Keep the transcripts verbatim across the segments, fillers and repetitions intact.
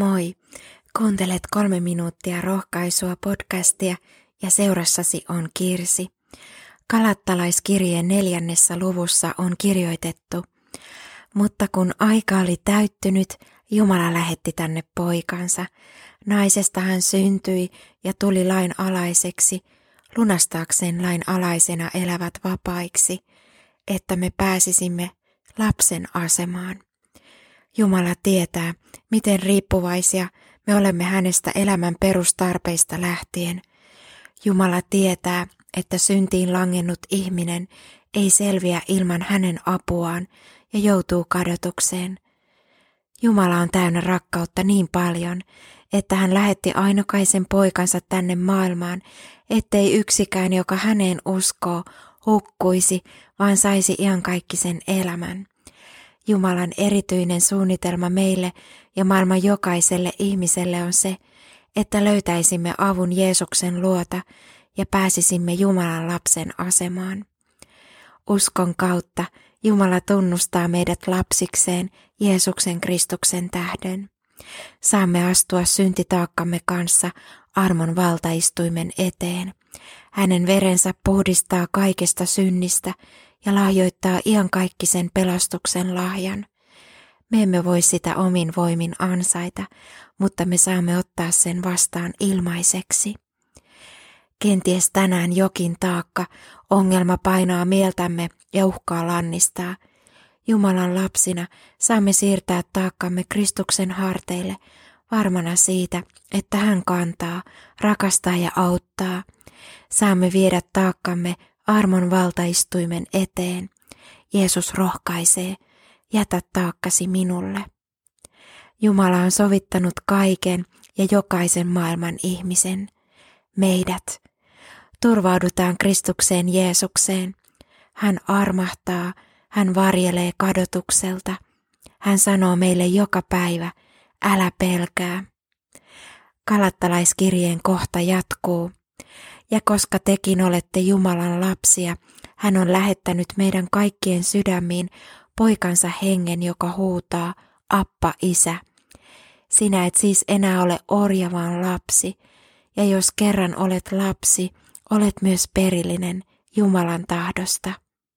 Moi! Kuuntelet kolme minuuttia rohkaisua podcastia ja seurassasi on Kirsi. Galattalaiskirjeen neljännessä luvussa on kirjoitettu: mutta kun aika oli täyttynyt, Jumala lähetti tänne poikansa. Naisesta hän syntyi ja tuli lain alaiseksi, lunastaakseen lain alaisena elävät vapaiksi, että me pääsisimme lapsen asemaan. Jumala tietää, miten riippuvaisia me olemme hänestä elämän perustarpeista lähtien. Jumala tietää, että syntiin langennut ihminen ei selviä ilman hänen apuaan ja joutuu kadotukseen. Jumala on täynnä rakkautta niin paljon, että hän lähetti ainokaisen poikansa tänne maailmaan, ettei yksikään, joka häneen uskoo, hukkuisi, vaan saisi iankaikkisen elämän. Jumalan erityinen suunnitelma meille ja maailman jokaiselle ihmiselle on se, että löytäisimme avun Jeesuksen luota ja pääsisimme Jumalan lapsen asemaan. Uskon kautta Jumala tunnustaa meidät lapsikseen Jeesuksen Kristuksen tähden. Saamme astua syntitaakkamme kanssa armon valtaistuimen eteen. Hänen verensä puhdistaa kaikesta synnistä ja lahjoittaa iankaikkisen pelastuksen lahjan. Me emme voi sitä omin voimin ansaita, mutta me saamme ottaa sen vastaan ilmaiseksi. Kenties tänään jokin taakka, ongelma painaa mieltämme ja uhkaa lannistaa. Jumalan lapsina saamme siirtää taakkamme Kristuksen harteille, varmana siitä, että hän kantaa, rakastaa ja auttaa. Saamme viedä taakkamme armon valtaistuimen eteen. Jeesus rohkaisee, jätä taakkasi minulle. Jumala on sovittanut kaiken ja jokaisen maailman ihmisen, meidät. Turvaudutaan Kristukseen Jeesukseen. Hän armahtaa, hän varjelee kadotukselta. Hän sanoo meille joka päivä, älä pelkää. Galattalaiskirjeen kohta jatkuu. Ja koska tekin olette Jumalan lapsia, hän on lähettänyt meidän kaikkien sydämiin poikansa hengen, joka huutaa, Appa, Isä. Sinä et siis enää ole orja, vaan lapsi, ja jos kerran olet lapsi, olet myös perillinen Jumalan tahdosta.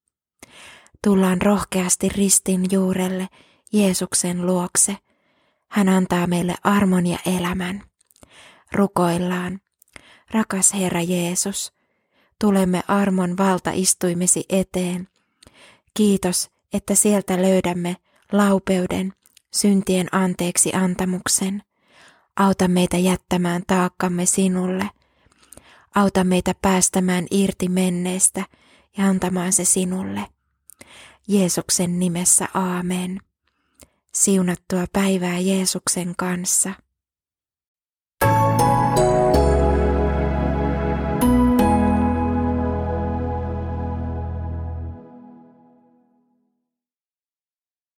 Tullaan rohkeasti ristin juurelle, Jeesuksen luokse. Hän antaa meille armon ja elämän. Rukoillaan. Rakas Herra Jeesus, tulemme armon valtaistuimesi eteen. Kiitos, että sieltä löydämme laupeuden, syntien anteeksi antamuksen. Auta meitä jättämään taakkamme sinulle. Auta meitä päästämään irti menneestä ja antamaan se sinulle. Jeesuksen nimessä aamen. Siunattua päivää Jeesuksen kanssa.